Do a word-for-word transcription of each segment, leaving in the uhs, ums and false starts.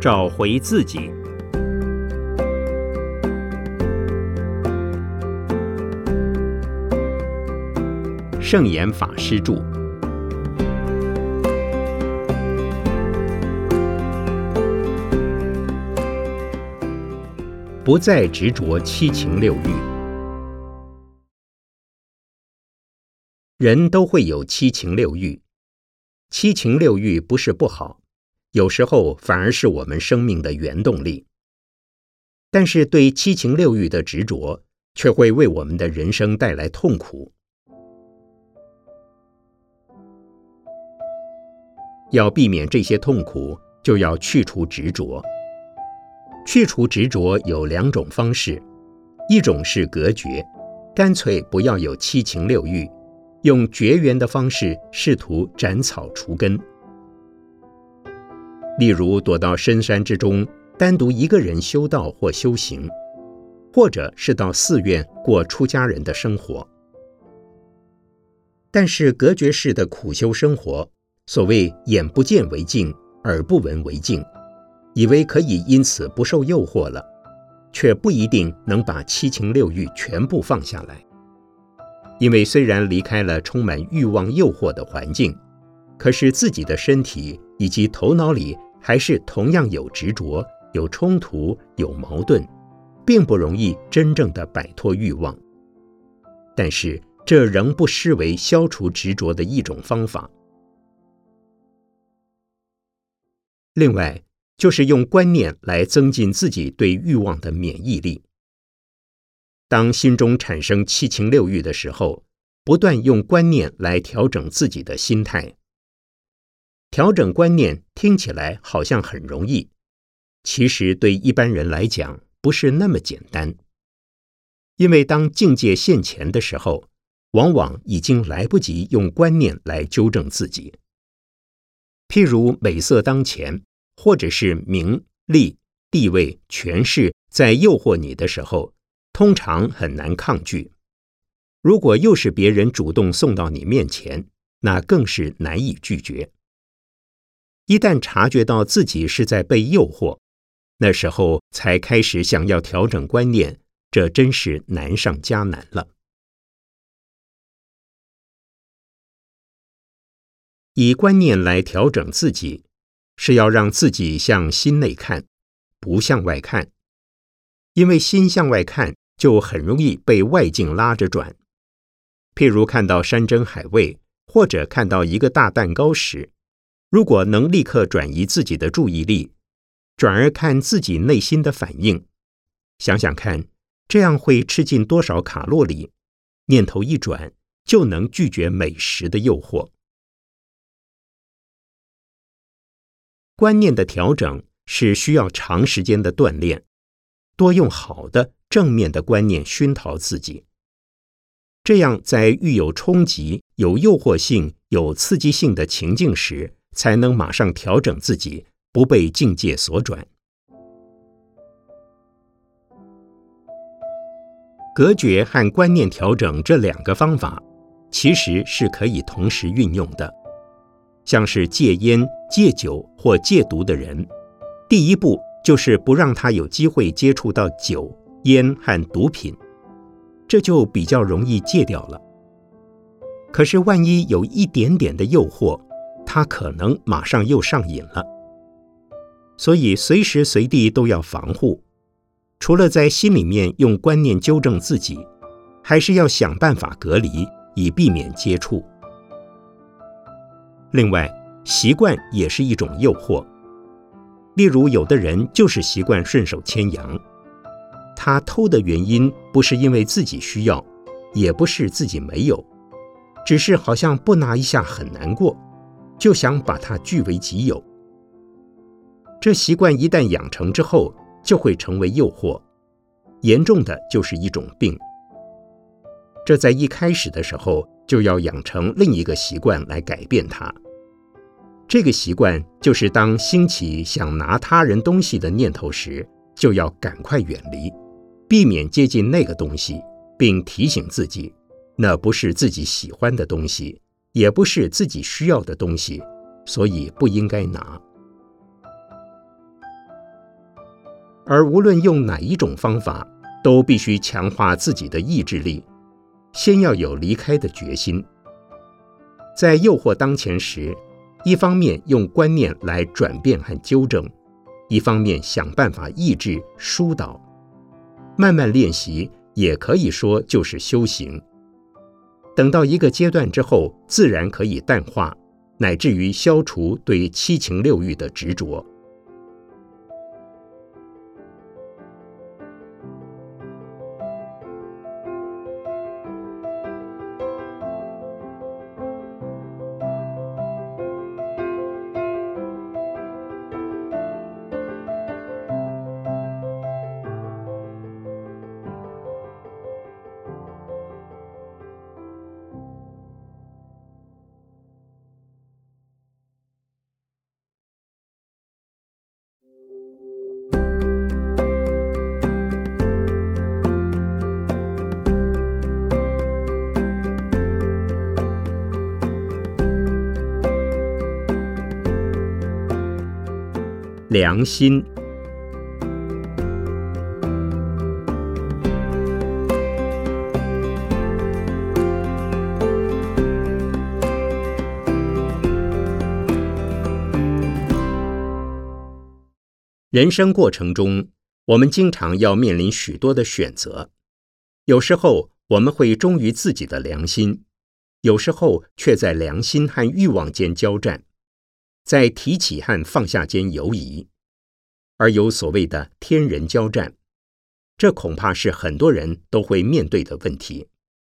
找回自己。圣严法师著。不再执着七情六欲。人都会有七情六欲，七情六欲不是不好，有时候反而是我们生命的原动力。但是对七情六欲的执着，却会为我们的人生带来痛苦。要避免这些痛苦，就要去除执着。去除执着有两种方式，一种是隔绝，干脆不要有七情六欲，用绝缘的方式试图斩草除根。例如躲到深山之中，单独一个人修道或修行，或者是到寺院过出家人的生活。但是隔绝式的苦修生活，所谓眼不见为净，耳不闻为净，以为可以因此不受诱惑了，却不一定能把七情六欲全部放下来。因为虽然离开了充满欲望诱惑的环境，可是自己的身体以及头脑里还是同样有执着、有冲突、有矛盾，并不容易真正的摆脱欲望。但是这仍不失为消除执着的一种方法。另外，就是用观念来增进自己对欲望的免疫力。当心中产生七情六欲的时候，不断用观念来调整自己的心态。调整观念听起来好像很容易，其实对一般人来讲不是那么简单。因为当境界现前的时候，往往已经来不及用观念来纠正自己。譬如美色当前，或者是名利、地位、权势在诱惑你的时候，通常很难抗拒。如果又是别人主动送到你面前，那更是难以拒绝。一旦察觉到自己是在被诱惑，那时候才开始想要调整观念，这真是难上加难了。以观念来调整自己，是要让自己向心内看，不向外看。因为心向外看，就很容易被外境拉着转。譬如看到山珍海味，或者看到一个大蛋糕时，如果能立刻转移自己的注意力，转而看自己内心的反应，想想看，这样会吃进多少卡路里，念头一转，就能拒绝美食的诱惑。观念的调整是需要长时间的锻炼，多用好的正面的观念熏陶自己，这样在遇有冲击、有诱惑性、有刺激性的情境时，才能马上调整自己，不被境界所转。隔绝和观念调整这两个方法，其实是可以同时运用的。像是戒烟、戒酒或戒毒的人，第一步就是不让他有机会接触到酒、烟和毒品，这就比较容易戒掉了。可是万一有一点点的诱惑，他可能马上又上瘾了。所以随时随地都要防护，除了在心里面用观念纠正自己，还是要想办法隔离，以避免接触。另外，习惯也是一种诱惑。例如，有的人就是习惯顺手牵羊，他偷的原因不是因为自己需要，也不是自己没有，只是好像不拿一下很难过，就想把它据为己有。这习惯一旦养成之后，就会成为诱惑，严重的就是一种病。这在一开始的时候就要养成另一个习惯来改变它。这个习惯就是当兴起想拿他人东西的念头时，就要赶快远离，避免接近那个东西，并提醒自己，那不是自己喜欢的东西，也不是自己需要的东西，所以不应该拿。 而无论用哪一种方法，都必须强化自己的意志力，先要有离开的决心。在诱惑当前时，一方面用观念来转变和纠正，一方面想办法抑制、疏导。慢慢练习，也可以说就是修行。等到一个阶段之后，自然可以淡化，乃至于消除对七情六欲的执着。良心。人生过程中，我们经常要面临许多的选择，有时候我们会忠于自己的良心，有时候却在良心和欲望间交战，在提起和放下间游移，而有所谓的天人交战，这恐怕是很多人都会面对的问题。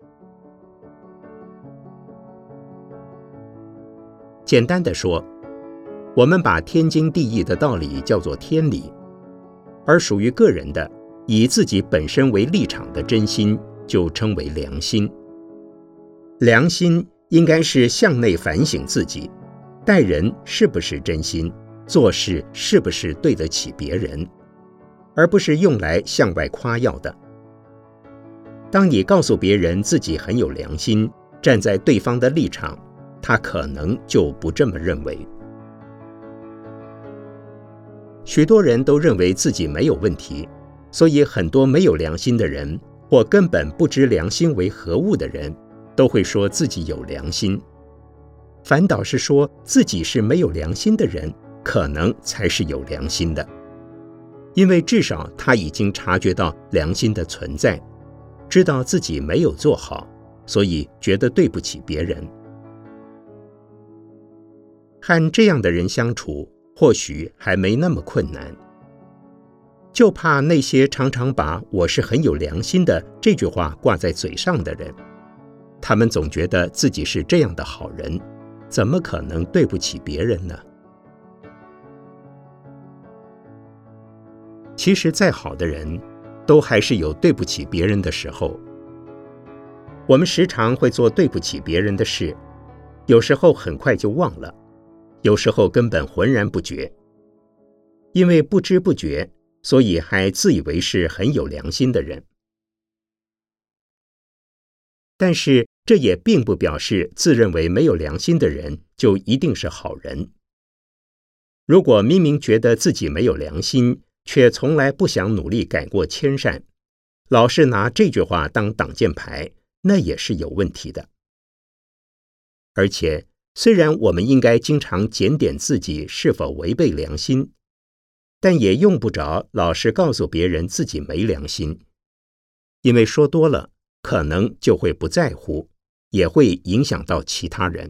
简单的说，我们把天经地义的道理叫做天理，而属于个人的，以自己本身为立场的真心，就称为良心。良心应该是向内反省自己，待人是不是真心，做事是不是对得起别人，而不是用来向外夸耀的。当你告诉别人自己很有良心，站在对方的立场，他可能就不这么认为。许多人都认为自己没有问题，所以很多没有良心的人，或根本不知良心为何物的人，都会说自己有良心。反倒是说自己是没有良心的人，可能才是有良心的，因为至少他已经察觉到良心的存在，知道自己没有做好，所以觉得对不起别人。和这样的人相处，或许还没那么困难，就怕那些常常把我是很有良心的这句话挂在嘴上的人，他们总觉得自己是这样的好人，怎么可能对不起别人呢？其实再好的人，都还是有对不起别人的时候。我们时常会做对不起别人的事，有时候很快就忘了，有时候根本浑然不觉。因为不知不觉，所以还自以为是很有良心的人。但是这也并不表示自认为没有良心的人就一定是好人。如果明明觉得自己没有良心，却从来不想努力改过迁善，老是拿这句话当挡箭牌，那也是有问题的。而且虽然我们应该经常检点自己是否违背良心，但也用不着老是告诉别人自己没良心，因为说多了，可能就会不在乎，也会影响到其他人。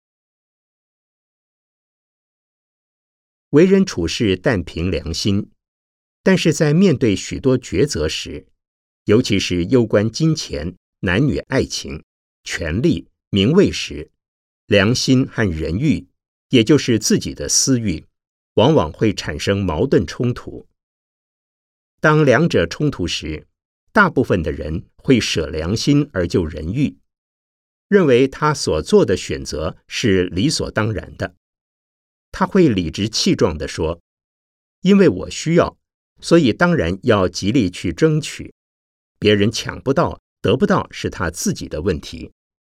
为人处事但凭良心，但是在面对许多抉择时，尤其是攸关金钱、男女爱情、权力、名位时，良心和人欲，也就是自己的私欲，往往会产生矛盾冲突。当两者冲突时，大部分的人会舍良心而就人欲，认为他所做的选择是理所当然的。他会理直气壮地说，因为我需要，所以当然要极力去争取，别人抢不到、得不到是他自己的问题。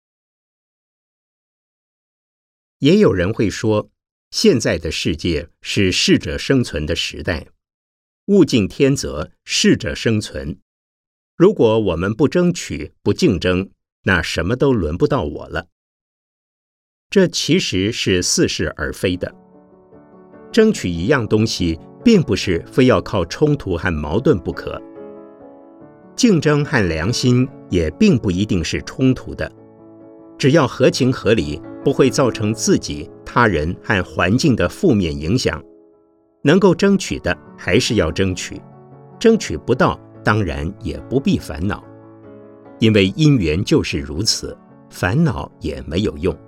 也有人会说，现在的世界是适者生存的时代， 物竞天择，适者生存。如果我们不争取、不竞争，那什么都轮不到我了。这其实是似是而非的。争取一样东西，并不是非要靠冲突和矛盾不可。竞争和良心也并不一定是冲突的，只要合情合理，不会造成自己、他人和环境的负面影响，能够争取的还是要争取，争取不到，当然也不必烦恼，因为因缘就是如此，烦恼也没有用。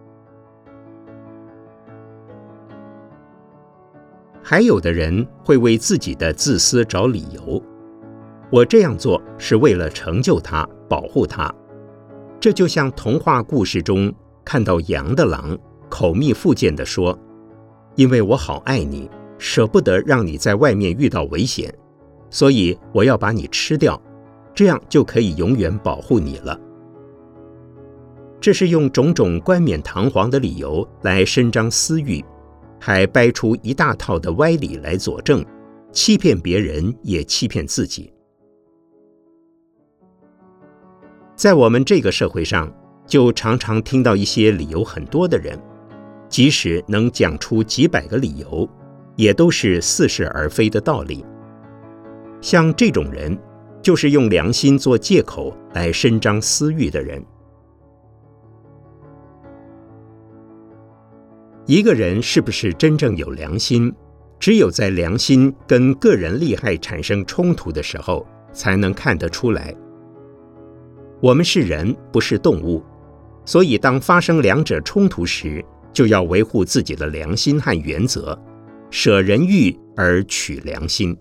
还有的人会为自己的自私找理由，我这样做是为了成就他、保护他。这就像童话故事中看到羊的狼口蜜腹剑地说，因为我好爱你，舍不得让你在外面遇到危险，所以我要把你吃掉，这样就可以永远保护你了。这是用种种冠冕堂皇的理由来伸张私欲，还掰出一大套的歪理来佐证，欺骗别人也欺骗自己。在我们这个社会上，就常常听到一些理由很多的人，即使能讲出几百个理由，也都是似是而非的道理。像这种人，就是用良心做借口来伸张私欲的人。一个人是不是真正有良心，只有在良心跟个人利害产生冲突的时候，才能看得出来。我们是人，不是动物，所以当发生两者冲突时，就要维护自己的良心和原则，舍人欲而取良心。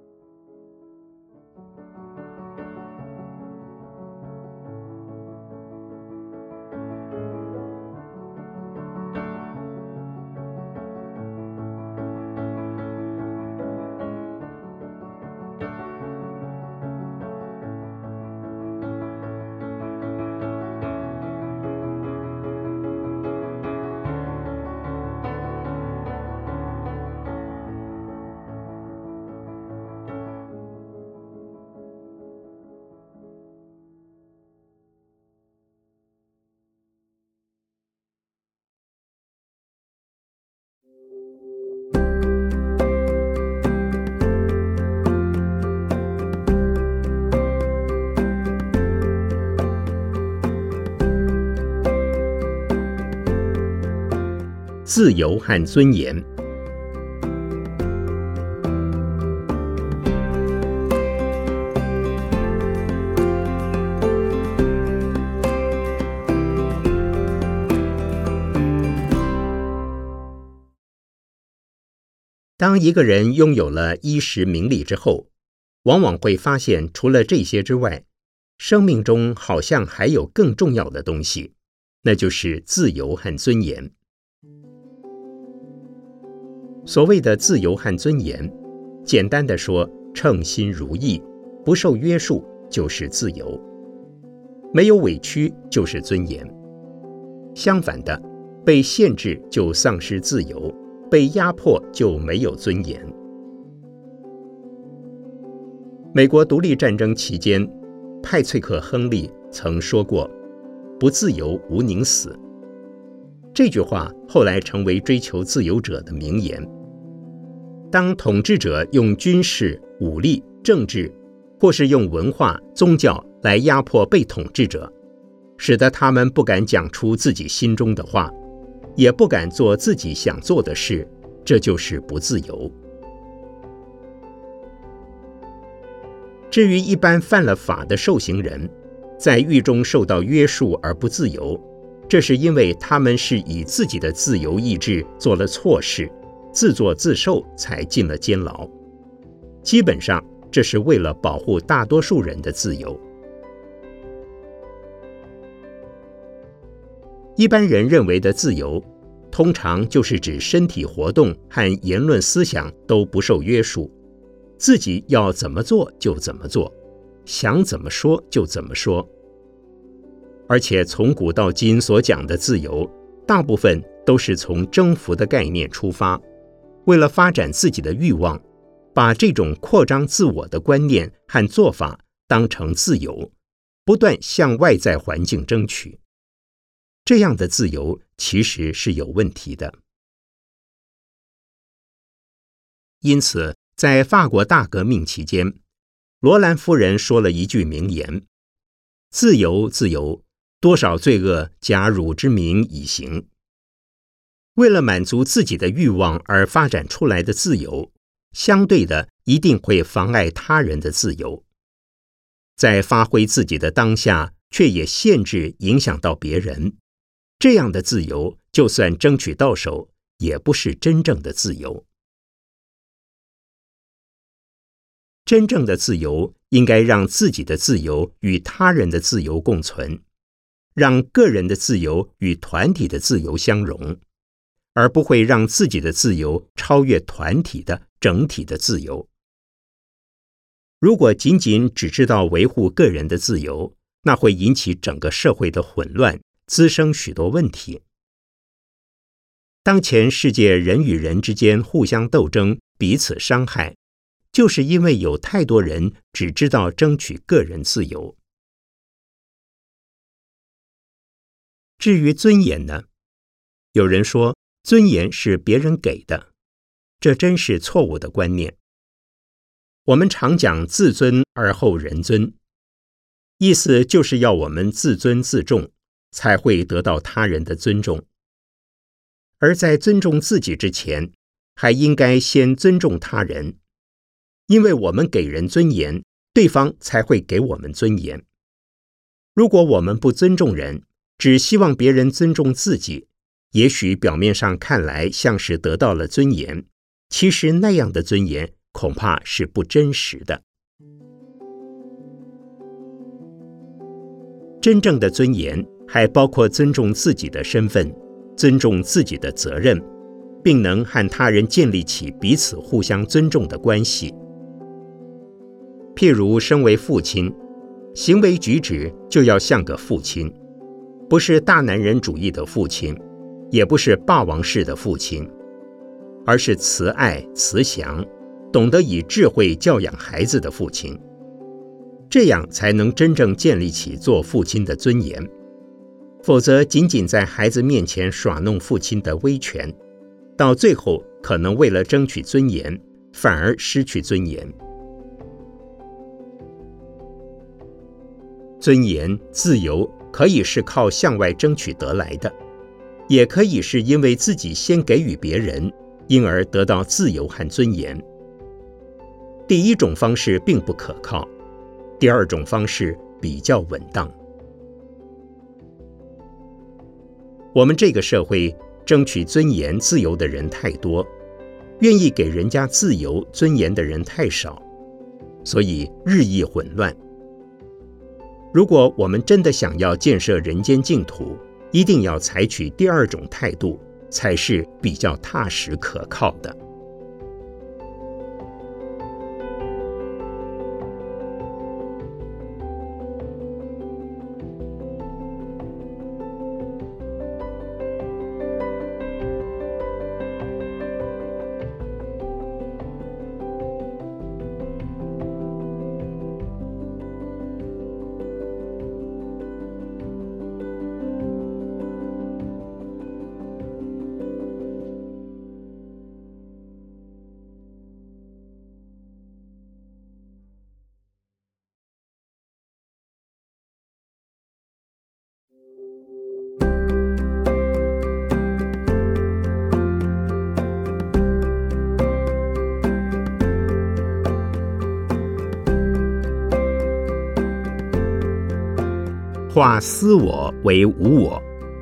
自由和尊严。当一个人拥有了衣食名利之后，往往会发现，除了这些之外，生命中好像还有更重要的东西，那就是自由和尊严。所谓的自由和尊严，简单的说，称心如意，不受约束就是自由，没有委屈就是尊严。相反的，被限制就丧失自由，被压迫就没有尊严。美国独立战争期间，派翠克·亨利曾说过：“不自由，无宁死。”这句话后来成为追求自由者的名言。当统治者用军事、武力、政治，或是用文化、宗教来压迫被统治者，使得他们不敢讲出自己心中的话，也不敢做自己想做的事，这就是不自由。至于一般犯了法的受刑人，在狱中受到约束而不自由，这是因为他们是以自己的自由意志做了错事，自作自受才进了监牢。基本上，这是为了保护大多数人的自由。一般人认为的自由，通常就是指身体活动和言论思想都不受约束，自己要怎么做就怎么做，想怎么说就怎么说。而且从古到今所讲的自由，大部分都是从征服的概念出发，为了发展自己的欲望， 把这种扩张自我的观念和做法当成自由，不断向外在环境争取。这样的自由其实是有问题的。因此，在法国大革命期间，罗兰夫人说了一句名言：自由，自由，多少罪恶假汝之名以行。为了满足自己的欲望而发展出来的自由，相对的一定会妨碍他人的自由。在发挥自己的当下，却也限制影响到别人，这样的自由，就算争取到手，也不是真正的自由。真正的自由应该让自己的自由与他人的自由共存，让个人的自由与团体的自由相容，而不会让自己的自由超越团体的整体的自由。如果仅仅只知道维护个人的自由，那会引起整个社会的混乱，滋生许多问题。当前世界人与人之间互相斗争，彼此伤害，就是因为有太多人只知道争取个人自由。至于尊严呢？有人说尊严是别人给的，这真是错误的观念。我们常讲自尊而后人尊，意思就是要我们自尊自重，才会得到他人的尊重。而在尊重自己之前，还应该先尊重他人。因为我们给人尊严，对方才会给我们尊严。如果我们不尊重人，只希望别人尊重自己，也许表面上看来像是得到了尊严，其实那样的尊严恐怕是不真实的。真正的尊严还包括尊重自己的身份，尊重自己的责任，并能和他人建立起彼此互相尊重的关系。譬如身为父亲，行为举止就要像个父亲，不是大男人主义的父亲，也不是霸王式的父亲，而是慈爱慈祥，懂得以智慧教养孩子的父亲。这样才能真正建立起做父亲的尊严。否则仅仅在孩子面前耍弄父亲的威权，到最后可能为了争取尊严，反而失去尊严。尊严、自由可以是靠向外争取得来的，也可以是因为自己先给予别人，因而得到自由和尊严。第一种方式并不可靠，第二种方式比较稳当。我们这个社会争取尊严、自由的人太多，愿意给人家自由、尊严的人太少，所以日益混乱。如果我们真的想要建设人间净土，一定要采取第二种态度，才是比较踏实可靠的。化私我为无我。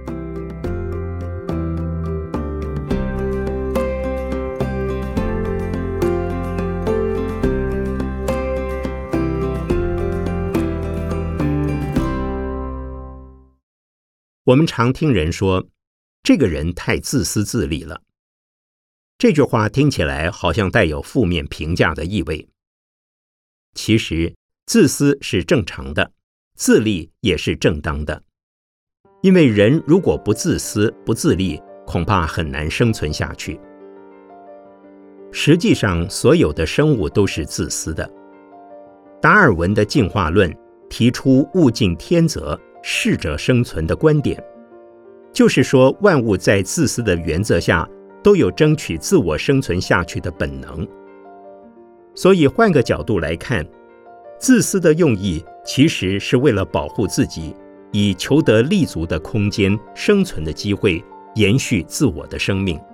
我们常听人说，这个人太自私自利了。这句话听起来好像带有负面评价的意味。其实，自私是正常的，自利也是正当的。因为人如果不自私、不自利，恐怕很难生存下去。 实际上所有的生物都是自私的。达尔文的进化论提出物竞天择、适者生存的观点，就是说万物在自私的原则下都有争取自我生存下去的本能。所以换个角度来看，自私的用意其实是为了保护自己，以求得立足的空间、生存的机会，延续自我的生命。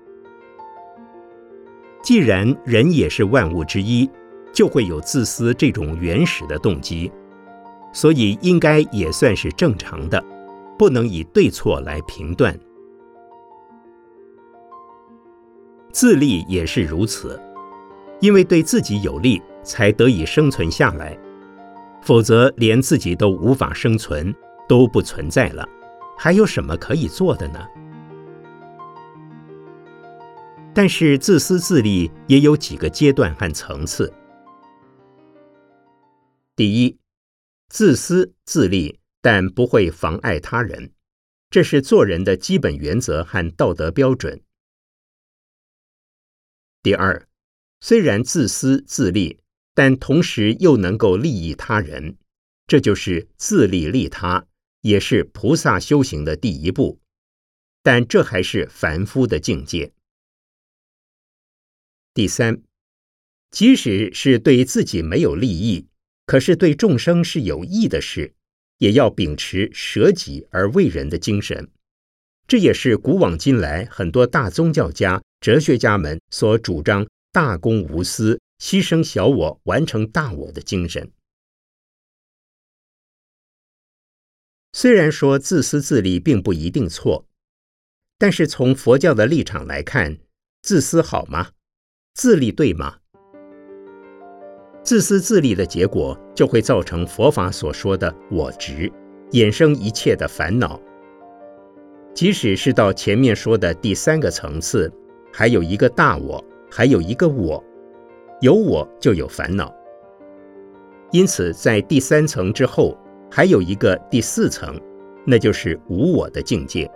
既然人也是万物之一，就会有自私这种原始的动机，所以应该也算是正常的，不能以对错来评断。自利也是如此，因为对自己有利，才得以生存下来，否则连自己都无法生存，都不存在了，还有什么可以做的呢？但是自私自利也有几个阶段和层次。第一，自私自利，但不会妨碍他人，这是做人的基本原则和道德标准。第二，虽然自私自利，但同时又能够利益他人，这就是自利利他，也是菩萨修行的第一步，但这还是凡夫的境界。第三，即使是对自己没有利益，可是对众生是有益的事，也要秉持舍己而为人的精神。这也是古往今来很多大宗教家、哲学家们所主张大公无私、牺牲小我、完成大我的精神。虽然说自私自利并不一定错，但是从佛教的立场来看，自私好吗？自利对吗？自私自利的结果就会造成佛法所说的我执，衍生一切的烦恼。即使是到前面说的第三个层次，还有一个大我，还有一个我，有我就有烦恼。因此在第三层之后，还有一个第四层，那就是无我的境界。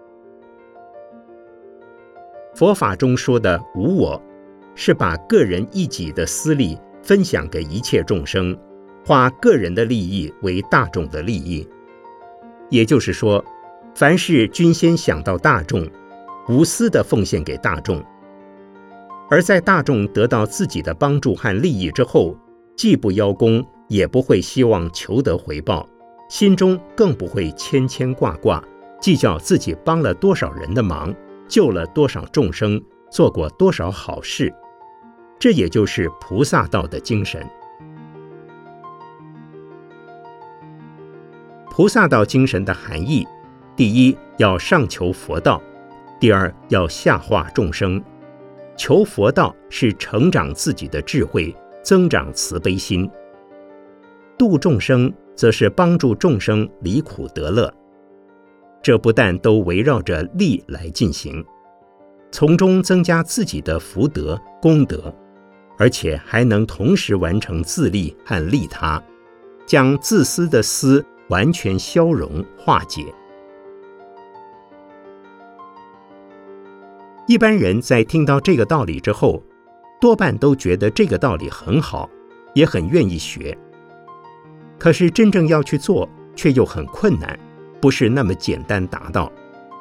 佛法中说的无我，是把个人一己的私利分享给一切众生，化个人的利益为大众的利益。也就是说，凡事均先想到大众，无私地奉献给大众。而在大众得到自己的帮助和利益之后，既不邀功，也不会希望求得回报，心中更不会牵牵挂挂，计较自己帮了多少人的忙，救了多少众生，做过多少好事。这也就是菩萨道的精神。菩萨道精神的含义，第一，要上求佛道；第二，要下化众生。求佛道是成长自己的智慧，增长慈悲心；度众生则是帮助众生离苦得乐。这不但都围绕着利来进行，从中增加自己的福德功德，而且还能同时完成自利和利他，将自私的私完全消融化解。一般人在听到这个道理之后，多半都觉得这个道理很好，也很愿意学。可是真正要去做，却又很困难，不是那么简单达到。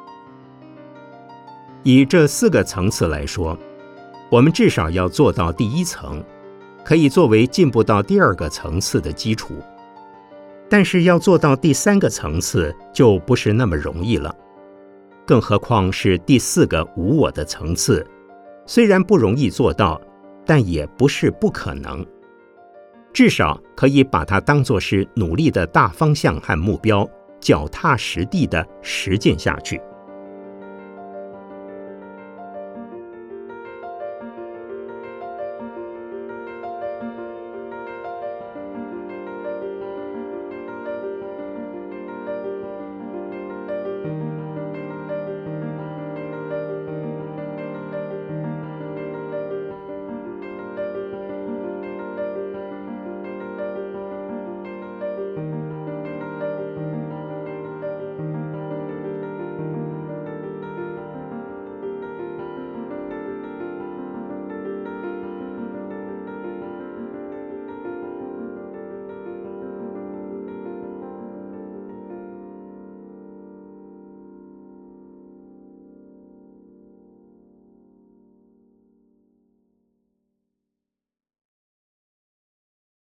以这四个层次来说，我们至少要做到第一层，可以作为进步到第二个层次的基础。但是要做到第三个层次，就不是那么容易了。更何况是第四个无我的层次，虽然不容易做到，但也不是不可能。至少可以把它当作是努力的大方向和目标，脚踏实地的实践下去。